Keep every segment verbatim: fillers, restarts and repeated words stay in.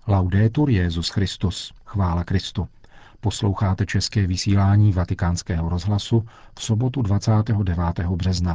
Laudetur Jesus Christus, chvála Kristu. Posloucháte české vysílání Vatikánského rozhlasu v sobotu dvacátého devátého března.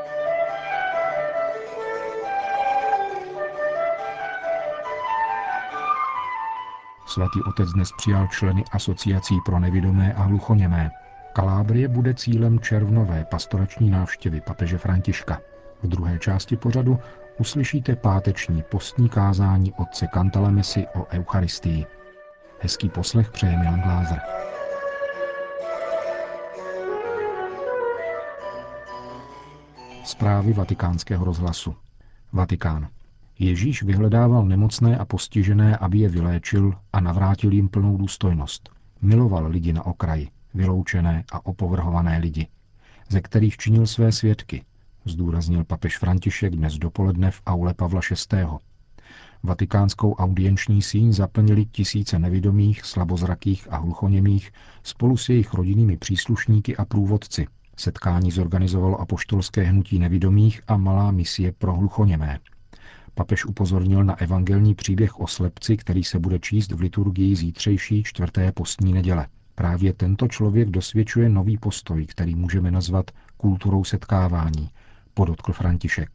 Svatý otec dnes přijal členy asociací pro nevidomé a hluchoněmé. Kalábrie bude cílem červnové pastorační návštěvy papeže Františka. V druhé části pořadu uslyšíte páteční postní kázání otce Cantalamessy o Eucharistii. Hezký poslech přeje Milan Glázer. Zprávy Vatikánského rozhlasu. Vatikán. Ježíš vyhledával nemocné a postižené, aby je vyléčil a navrátil jim plnou důstojnost. Miloval lidi na okraji, vyloučené a opovrhované lidi, ze kterých činil své svědky, zdůraznil papež František dnes dopoledne v aule Pavla šestého. Vatikánskou audienční síň zaplnili tisíce nevidomých, slabozrakých a hluchoněmých spolu s jejich rodinnými příslušníky a průvodci. Setkání zorganizovalo apoštolské hnutí nevidomých a malá misie pro hluchoněmé. Papež upozornil na evangelní příběh o slepci, který se bude číst v liturgii zítřejší čtvrté postní neděle. Právě tento člověk dosvědčuje nový postoj, který můžeme nazvat kulturou setkávání, podotkl František.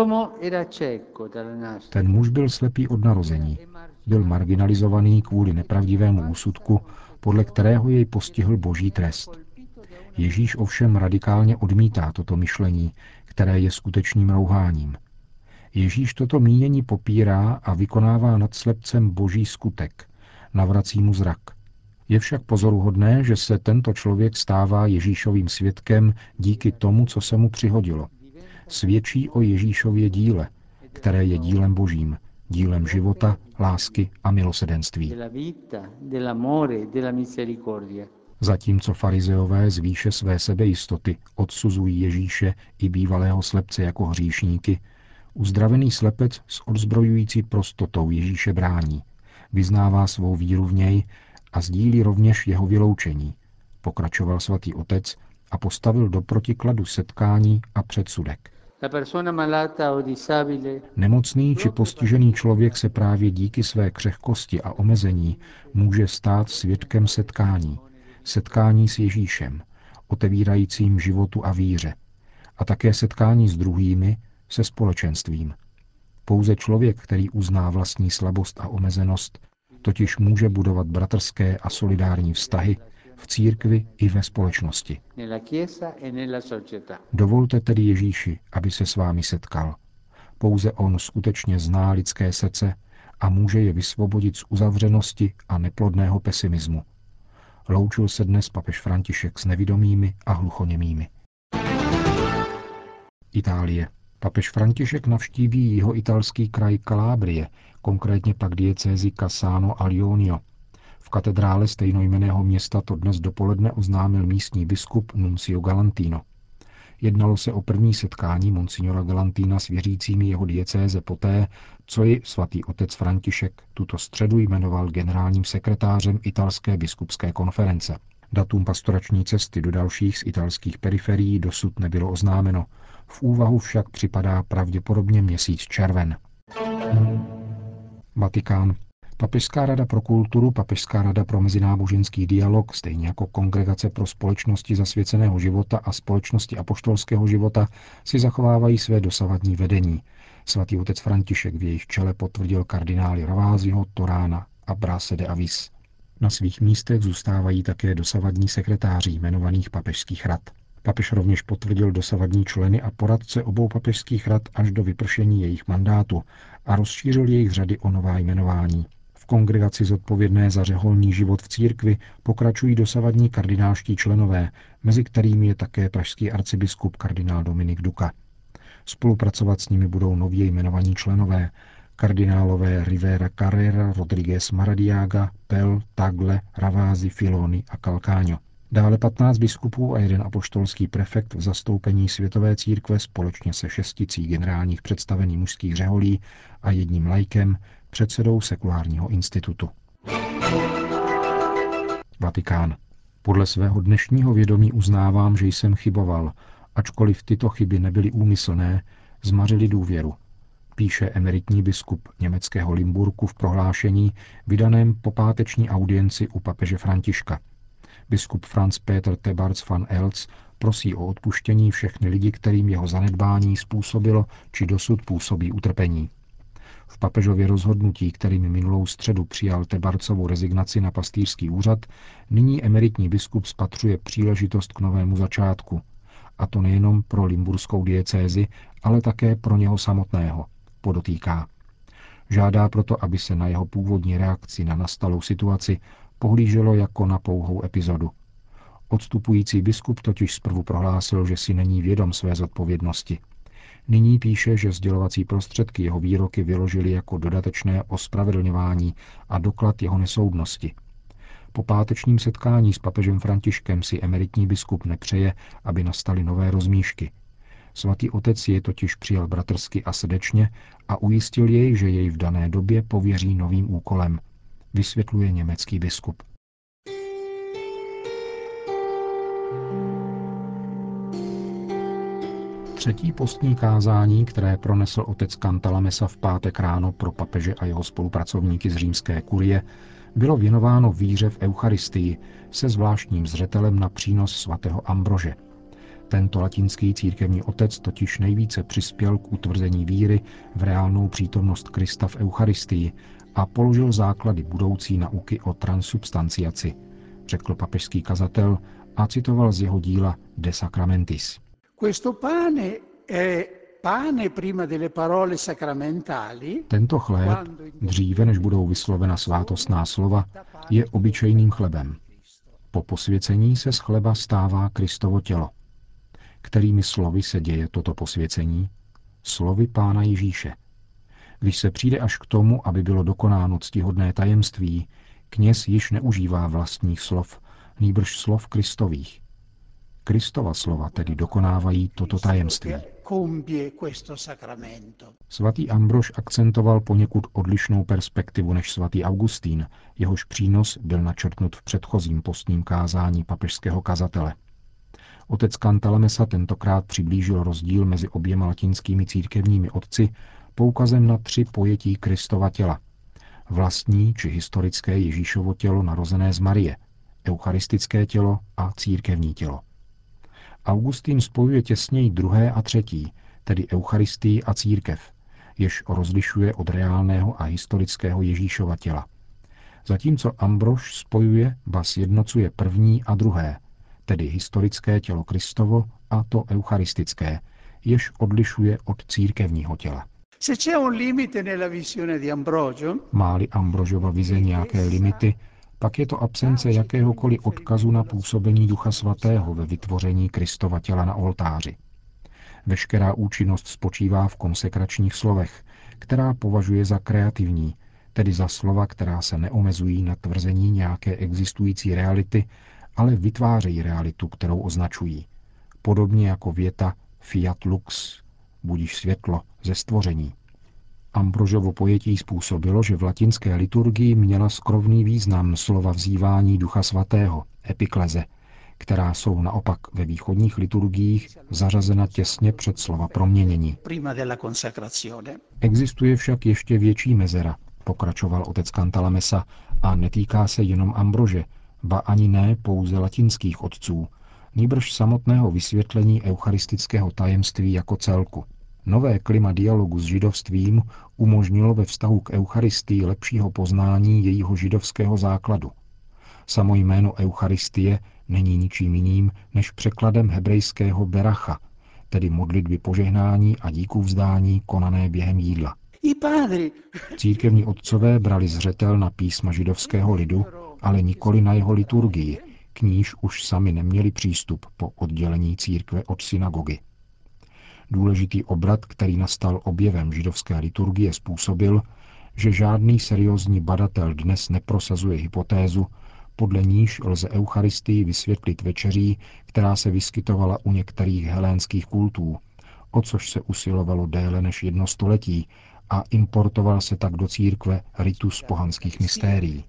Ten muž byl slepý od narození. Byl marginalizovaný kvůli nepravdivému úsudku, podle kterého jej postihl boží trest. Ježíš ovšem radikálně odmítá toto myšlení, které je skutečným rouháním. Ježíš toto mínění popírá a vykonává nad slepcem boží skutek, navrací mu zrak. Je však pozoruhodné, že se tento člověk stává Ježíšovým svědkem díky tomu, co se mu přihodilo. Svědčí o Ježíšově díle, které je dílem božím, dílem života, lásky a milosedenství. Zatímco farizeové z výše své sebejistoty odsuzují Ježíše i bývalého slepce jako hříšníky, uzdravený slepec s odzbrojující prostotou Ježíše brání, vyznává svou víru v něj a sdílí rovněž jeho vyloučení, pokračoval svatý otec a postavil do protikladu setkání a předsudek. Nemocný či postižený člověk se právě díky své křehkosti a omezení může stát svědkem setkání, setkání s Ježíšem, otevírajícím životu a víře, a také setkání s druhými, se společenstvím. Pouze člověk, který uzná vlastní slabost a omezenost, totiž může budovat bratrské a solidární vztahy v církvi i ve společnosti. Dovolte tedy Ježíši, aby se s vámi setkal. Pouze on skutečně zná lidské srdce a může je vysvobodit z uzavřenosti a neplodného pesimismu. Loučil se dnes papež František s nevidomými a hluchoněmými. Itálie. Papež František navštíví jihoitalský kraj Kalábrie, konkrétně pak diecézi Cassano a Lionio. V katedrále stejnojmenného města to dnes dopoledne oznámil místní biskup Nuncio Galantino. Jednalo se o první setkání monsignora Galantina s věřícími jeho diecéze poté, co ji svatý otec František tuto středu jmenoval generálním sekretářem italské biskupské konference. Datum pastorační cesty do dalších z italských periferií dosud nebylo oznámeno. V úvahu však připadá pravděpodobně měsíc červen. Vatikán. Papežská rada pro kulturu, Papežská rada pro mezináboženský dialog, stejně jako Kongregace pro společnosti zasvěceného života a společnosti apoštolského života si zachovávají své dosavadní vedení. Svatý otec František v jejich čele potvrdil kardinály Ravasiho, Torána a Brase de Avis. Na svých místech zůstávají také dosavadní sekretáři jmenovaných papežských rad. Papež rovněž potvrdil dosavadní členy a poradce obou papežských rad až do vypršení jejich mandátu a rozšířil jejich řady o nová jmenování. V kongregaci zodpovědné za řeholní život v církvi pokračují dosavadní kardinálští členové, mezi kterými je také pražský arcibiskup kardinál Dominik Duka. Spolupracovat s nimi budou nově jmenovaní členové, kardinálové Rivera Carrera, Rodríguez Maradiaga, Pell, Tagle, Ravasi, Filoni a Calcaño. Dále patnáct biskupů a jeden apoštolský prefekt v zastoupení Světové církve společně se šesticí generálních představených mužských řeholí a jedním laikem, předsedou sekulárního institutu. Vatikán. Podle svého dnešního vědomí uznávám, že jsem chyboval, ačkoliv tyto chyby nebyly úmyslné, zmařily důvěru. píše emeritní biskup německého Limburku v prohlášení vydaném po páteční audienci u papeže Františka. Biskup Franz Peter Thebarts van Elst prosí o odpuštění všechny lidi, kterým jeho zanedbání způsobilo či dosud působí utrpení. V papežově rozhodnutí, kterým minulou středu přijal Thebartsovu rezignaci na pastýřský úřad, nyní emeritní biskup spatřuje příležitost k novému začátku. A to nejenom pro limburskou diecézi, ale také pro něho samotného, podotýká. Žádá proto, aby se na jeho původní reakci na nastalou situaci pohlíželo jako na pouhou epizodu. Odstupující biskup totiž zprvu prohlásil, že si není vědom své zodpovědnosti. Nyní píše, že sdělovací prostředky jeho výroky vyložily jako dodatečné ospravedlňování a doklad jeho nesoudnosti. Po pátečním setkání s papežem Františkem si emeritní biskup nepřeje, aby nastaly nové rozmíšky. Svatý otec jej totiž přijal bratrsky a srdečně a ujistil jej, že jej v dané době pověří novým úkolem, vysvětluje německý biskup. Třetí postní kázání, které pronesl otec Cantalamessa v pátek ráno pro papeže a jeho spolupracovníky z římské kurie, bylo věnováno víře v Eucharistii se zvláštním zřetelem na přínos svatého Ambrože. Tento latinský církevní otec totiž nejvíce přispěl k utvrzení víry v reálnou přítomnost Krista v Eucharistii a položil základy budoucí nauky o transsubstanciaci, řekl papežský kazatel a citoval z jeho díla De Sacramentis. Tento chléb, dříve než budou vyslovena svátostná slova, je obyčejným chlebem. Po posvěcení se z chleba stává Kristovo tělo. Kterými slovy se děje toto posvěcení? Slovy Pána Ježíše. Když se přijde až k tomu, aby bylo dokonáno ctihodné tajemství, kněz již neužívá vlastních slov, nýbrž slov Kristových. Kristova slova tedy dokonávají toto tajemství. Svatý Ambrož akcentoval poněkud odlišnou perspektivu než svatý Augustín, jehož přínos byl načrtnut v předchozím postním kázání papežského kazatele. Otec Cantalamessa tentokrát přiblížil rozdíl mezi oběma latinskými církevními otci poukazem na tři pojetí Kristova těla. Vlastní či historické Ježíšovo tělo narozené z Marie, eucharistické tělo a církevní tělo. Augustín spojuje těsněji druhé a třetí, tedy Eucharistii a církev, jež rozlišuje od reálného a historického Ježíšova těla. Zatímco Ambrož spojuje, ba sjednocuje první a druhé, tedy historické tělo Kristovo a to eucharistické, jež odlišuje od církevního těla. Má-li Ambrožova vize nějaké limity, pak je to absence jakéhokoliv odkazu na působení Ducha Svatého ve vytvoření Kristova těla na oltáři. Veškerá účinnost spočívá v konsekračních slovech, která považuje za kreativní, tedy za slova, která se neomezují na tvrzení nějaké existující reality, ale vytvářejí realitu, kterou označují. Podobně jako věta fiat lux, budiž světlo, ze stvoření. Ambrožovo pojetí způsobilo, že v latinské liturgii měla skrovný význam slova vzývání Ducha Svatého, epikleze, která jsou naopak ve východních liturgiích zařazena těsně před slova proměnění. Existuje však ještě větší mezera, pokračoval otec Cantalamessa, a netýká se jenom Ambrože, ba ani ne pouze latinských otců, nýbrž samotného vysvětlení eucharistického tajemství jako celku. Nové klima dialogu s židovstvím umožnilo ve vztahu k Eucharistii lepšího poznání jejího židovského základu. Samo jméno Eucharistie není ničím jiným než překladem hebrejského beracha, tedy modlitby požehnání a díkuvzdání konané během jídla. Církevní otcové brali zřetel na písma židovského lidu, ale nikoli na jeho liturgii, k níž už sami neměli přístup po oddělení církve od synagogy. Důležitý obrat, který nastal objevem židovské liturgie, způsobil, že žádný seriózní badatel dnes neprosazuje hypotézu, podle níž lze Eucharistii vysvětlit večeří, která se vyskytovala u některých helénských kultů, o což se usilovalo déle než jedno století, a importoval se tak do církve ritus pohanských mystérií.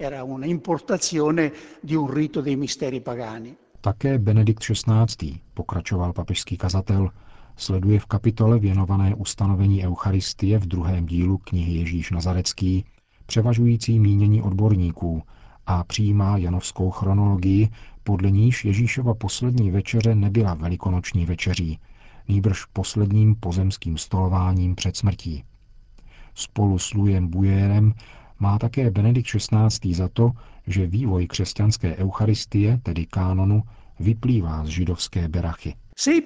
Také Benedikt šestnáctý, pokračoval papežský kazatel, sleduje v kapitole věnované ustanovení Eucharistie v druhém dílu knihy Ježíš Nazarecký převažující mínění odborníků a přijímá janovskou chronologii, podle níž Ježíšova poslední večeře nebyla velikonoční večeří, nýbrž posledním pozemským stolováním před smrtí. Spolu s Louisem Bouillerem má také Benedikt šestnáctý za to, že vývoj křesťanské eucharistie, tedy kánonu, vyplývá z židovské berachy.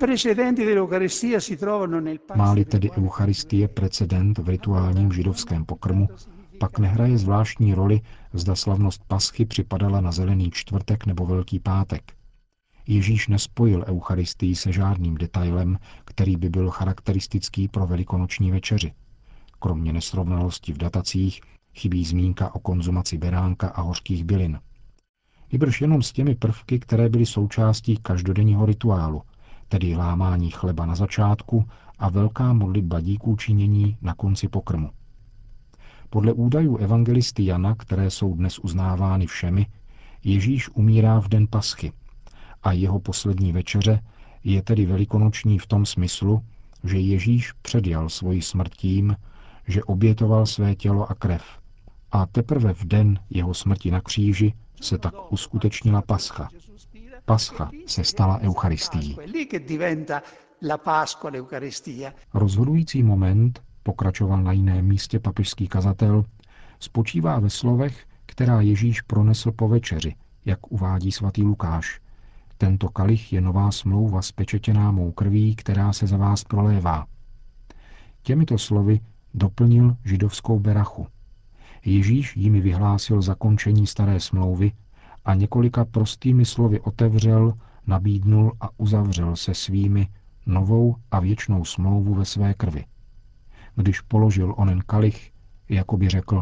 Má-li tedy eucharistie precedent v rituálním židovském pokrmu, pak nehraje zvláštní roli, zda slavnost paschy připadala na Zelený čtvrtek nebo Velký pátek. Ježíš nespojil eucharistii se žádným detailem, který by byl charakteristický pro velikonoční večeři. Kromě nesrovnalosti v datacích chybí zmínka o konzumaci beránka a hořkých bylin. Nýbrž jenom s těmi prvky, které byly součástí každodenního rituálu, tedy lámání chleba na začátku a velká modlitba díků činění na konci pokrmu. Podle údajů evangelisty Jana, které jsou dnes uznávány všemi, Ježíš umírá v den paschy a jeho poslední večeře je tedy velikonoční v tom smyslu, že Ježíš předjal svoji smrt tím, že obětoval své tělo a krev. A teprve v den jeho smrti na kříži se tak uskutečnila pascha. Pascha se stala eucharistií. Rozhodující moment, pokračoval na jiném místě papežský kazatel, spočívá ve slovech, která Ježíš pronesl po večeři, jak uvádí svatý Lukáš. Tento kalich je nová smlouva spečetěná mou krví, která se za vás prolévá. Těmito slovy doplnil židovskou berachu. Ježíš jimi vyhlásil zakončení staré smlouvy a několika prostými slovy otevřel, nabídnul a uzavřel se svými novou a věčnou smlouvu ve své krvi. Když položil onen kalich, jako by řekl: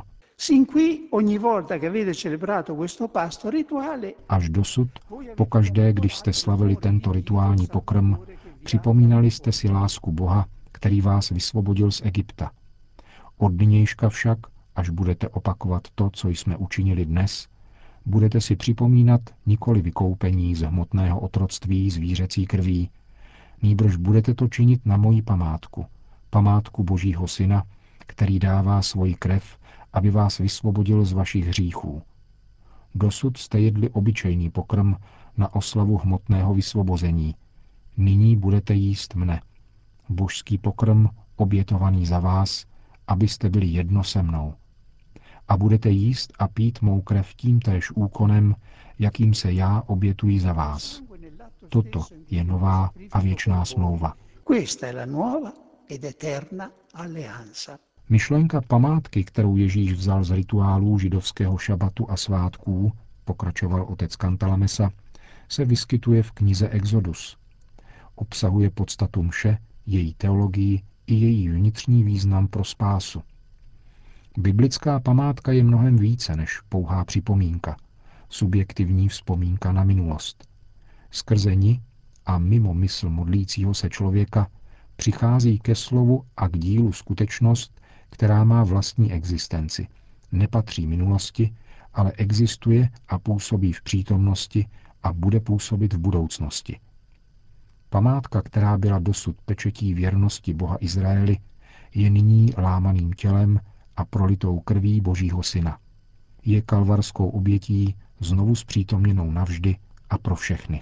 Až dosud, pokaždé, když jste slavili tento rituální pokrm, připomínali jste si lásku Boha, který vás vysvobodil z Egypta. Od nynějška však, až budete opakovat to, co jsme učinili dnes, budete si připomínat nikoli vykoupení z hmotného otroctví zvířecí krví, nýbrž budete to činit na moji památku, památku Božího Syna, který dává svoji krev, aby vás vysvobodil z vašich hříchů. Dosud jste jedli obyčejný pokrm na oslavu hmotného vysvobození. Nyní budete jíst mne. Božský pokrm obětovaný za vás, abyste byli jedno se mnou. A budete jíst a pít mou krev tímtéž úkonem, jakým se já obětuji za vás. Toto je nová a věčná smlouva. Myšlenka památky, kterou Ježíš vzal z rituálů židovského šabatu a svátků, pokračoval otec Cantalamessa, se vyskytuje v knize Exodus. Obsahuje podstatu mše, její teologii i její vnitřní význam pro spásu. Biblická památka je mnohem více než pouhá připomínka, subjektivní vzpomínka na minulost. Skrze ni a mimo mysl modlícího se člověka přichází ke slovu a k dílu skutečnost, která má vlastní existenci, nepatří minulosti, ale existuje a působí v přítomnosti a bude působit v budoucnosti. Památka, která byla dosud pečetí věrnosti Boha Izraeli, je nyní lámaným tělem a prolitou krví Božího Syna. Je kalvarskou obětí znovu zpřítomněnou navždy a pro všechny.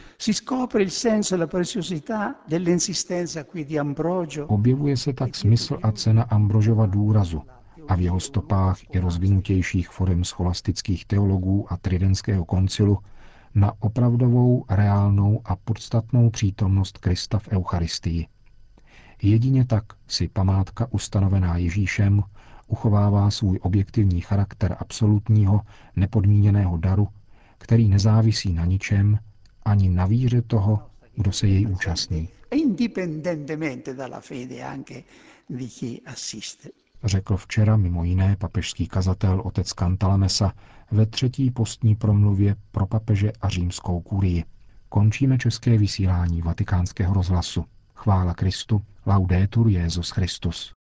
Objevuje se tak smysl a cena Ambrožova důrazu a v jeho stopách i rozvinutějších forem scholastických teologů a tridentského koncilu na opravdovou, reálnou a podstatnou přítomnost Krista v Eucharistii. Jedině tak si památka ustanovená Ježíšem uchovává svůj objektivní charakter absolutního, nepodmíněného daru, který nezávisí na ničem, ani na víře toho, kdo se jej účastní. Řekl včera mimo jiné papežský kazatel otec Cantalamessa ve třetí postní promluvě pro papeže a římskou kurii. Končíme české vysílání Vatikánského rozhlasu. Chvála Kristu, laudetur Jesus Christus.